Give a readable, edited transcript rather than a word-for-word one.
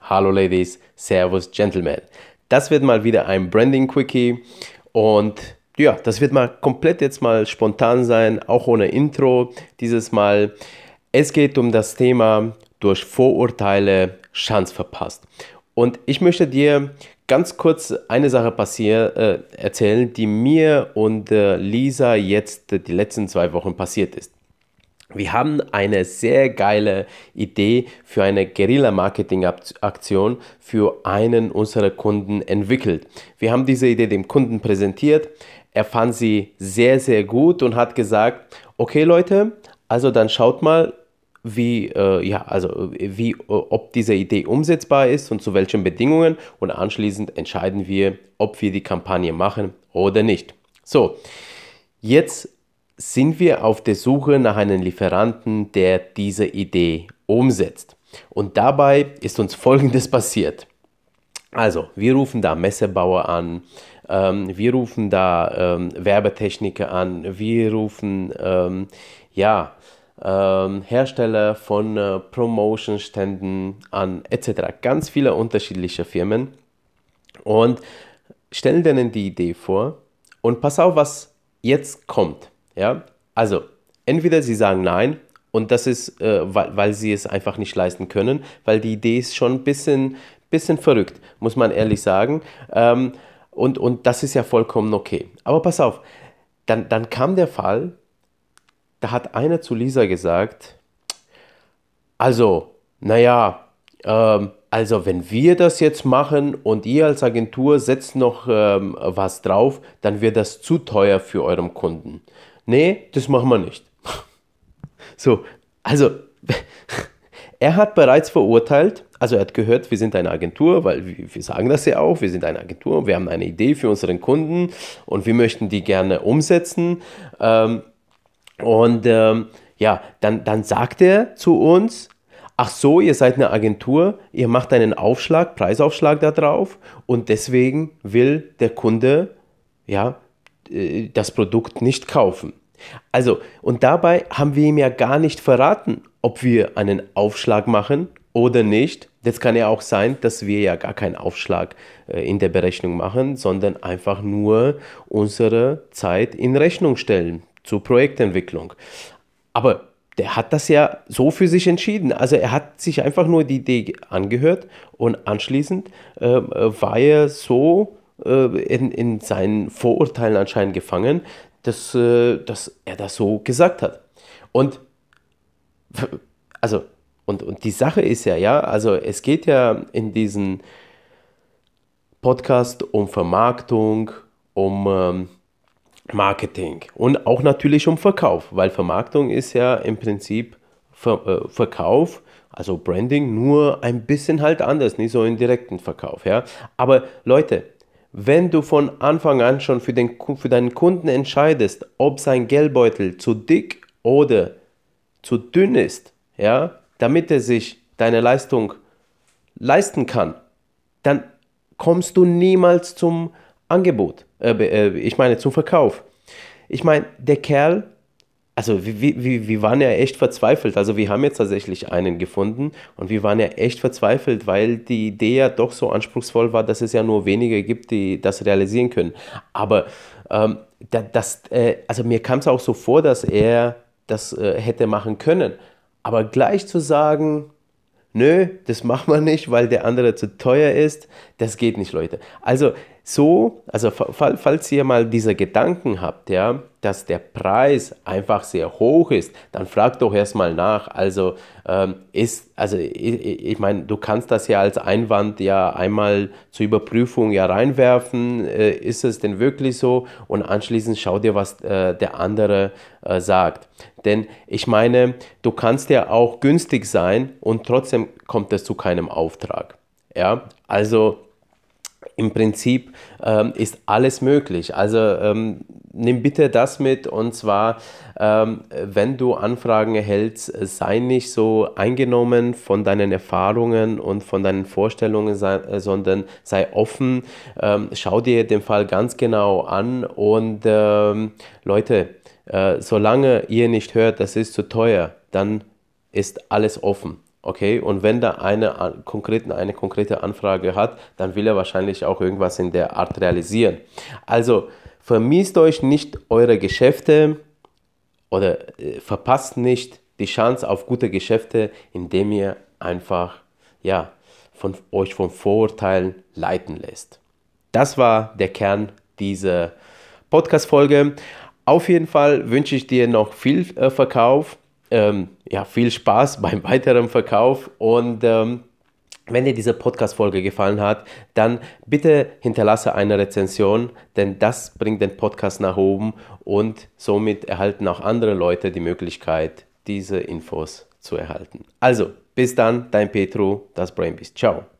Hallo Ladies, Servus Gentlemen. Das wird mal wieder ein Branding Quickie und ja, das wird mal komplett jetzt mal spontan sein, auch ohne Intro dieses Mal. Es geht um das Thema durch Vorurteile Chance verpasst. Und ich möchte dir ganz kurz eine Sache erzählen, die mir und Lisa jetzt die letzten 2 Wochen passiert ist. Wir haben eine sehr geile Idee für eine Guerilla-Marketing-Aktion für einen unserer Kunden entwickelt. Wir haben diese Idee dem Kunden präsentiert. Er fand sie sehr, sehr gut und hat gesagt, okay Leute, also dann schaut mal, ob diese Idee umsetzbar ist und zu welchen Bedingungen und anschließend entscheiden wir, ob wir die Kampagne machen oder nicht. So, jetzt sind wir auf der Suche nach einem Lieferanten, der diese Idee umsetzt. Und dabei ist uns Folgendes passiert. Also, wir rufen da Messebauer an, wir rufen da Werbetechniker an, wir rufen Hersteller von Promotion-Ständen an, etc. Ganz viele unterschiedliche Firmen und stellen denen die Idee vor und pass auf, was jetzt kommt. Ja? Also, entweder sie sagen nein und das ist, weil sie es einfach nicht leisten können, weil die Idee ist schon ein bisschen verrückt, muss man ehrlich sagen. Und das ist ja vollkommen okay. Aber pass auf, dann kam der Fall, da hat einer zu Lisa gesagt, also, naja, also wenn wir das jetzt machen und ihr als Agentur setzt noch was drauf, dann wird das zu teuer für euren Kunden. Nee, das machen wir nicht. So, also er hat bereits verurteilt, also er hat gehört, wir sind eine Agentur, weil wir sagen das ja auch, wir sind eine Agentur, wir haben eine Idee für unseren Kunden und wir möchten die gerne umsetzen. Dann sagt er zu uns, ach so, ihr seid eine Agentur, ihr macht einen Aufschlag, Preisaufschlag da drauf und deswegen will der Kunde das Produkt nicht kaufen. Also, und dabei haben wir ihm ja gar nicht verraten, ob wir einen Aufschlag machen oder nicht. Das kann ja auch sein, dass wir ja gar keinen Aufschlag in der Berechnung machen, sondern einfach nur unsere Zeit in Rechnung stellen zur Projektentwicklung. Aber der hat das ja so für sich entschieden. Also er hat sich einfach nur die Idee angehört und anschließend war er so in seinen Vorurteilen anscheinend gefangen, dass er das so gesagt hat. Und also und die Sache ist ja, also es geht ja in diesem Podcast um Vermarktung, um Marketing und auch natürlich um Verkauf, weil Vermarktung ist ja im Prinzip Verkauf, also Branding, nur ein bisschen halt anders, nicht so im direkten Verkauf, ja. Aber Leute, wenn du von Anfang an schon für deinen Kunden entscheidest, ob sein Geldbeutel zu dick oder zu dünn ist, ja, damit er sich deine Leistung leisten kann, dann kommst du niemals zum Angebot. Ich meine zum Verkauf. Ich meine, der Kerl, also wir waren ja echt verzweifelt. Also wir haben jetzt tatsächlich einen gefunden und wir waren ja echt verzweifelt, weil die Idee ja doch so anspruchsvoll war, dass es ja nur wenige gibt, die das realisieren können. Aber also mir kam es auch so vor, dass er das hätte machen können. Aber gleich zu sagen, nö, das machen wir nicht, weil der andere zu teuer ist. Das geht nicht, Leute. Falls ihr mal diese Gedanken habt, ja, dass der Preis einfach sehr hoch ist, dann fragt doch erstmal nach. Ich meine, du kannst das ja als Einwand ja einmal zur Überprüfung ja reinwerfen. Ist es denn wirklich so? Und anschließend schau dir, was der andere sagt. Denn ich meine, du kannst ja auch günstig sein und trotzdem kommt es zu keinem Auftrag. Ja, also im Prinzip ist alles möglich. Also nimm bitte das mit und zwar, wenn du Anfragen erhältst, sei nicht so eingenommen von deinen Erfahrungen und von deinen Vorstellungen, sondern sei offen, schau dir den Fall ganz genau an und Leute, solange ihr nicht hört, das ist zu teuer, dann ist alles offen. Okay, und wenn da eine konkrete Anfrage hat, dann will er wahrscheinlich auch irgendwas in der Art realisieren. Also vermisst euch nicht eure Geschäfte oder verpasst nicht die Chance auf gute Geschäfte, indem ihr einfach ja, euch von Vorurteilen leiten lässt. Das war der Kern dieser Podcast-Folge. Auf jeden Fall wünsche ich dir noch viel Verkauf, ja, viel Spaß beim weiteren Verkauf und wenn dir diese Podcast-Folge gefallen hat, dann bitte hinterlasse eine Rezension, denn das bringt den Podcast nach oben und somit erhalten auch andere Leute die Möglichkeit, diese Infos zu erhalten. Also, bis dann, dein Petro, das Brainbeast. Ciao.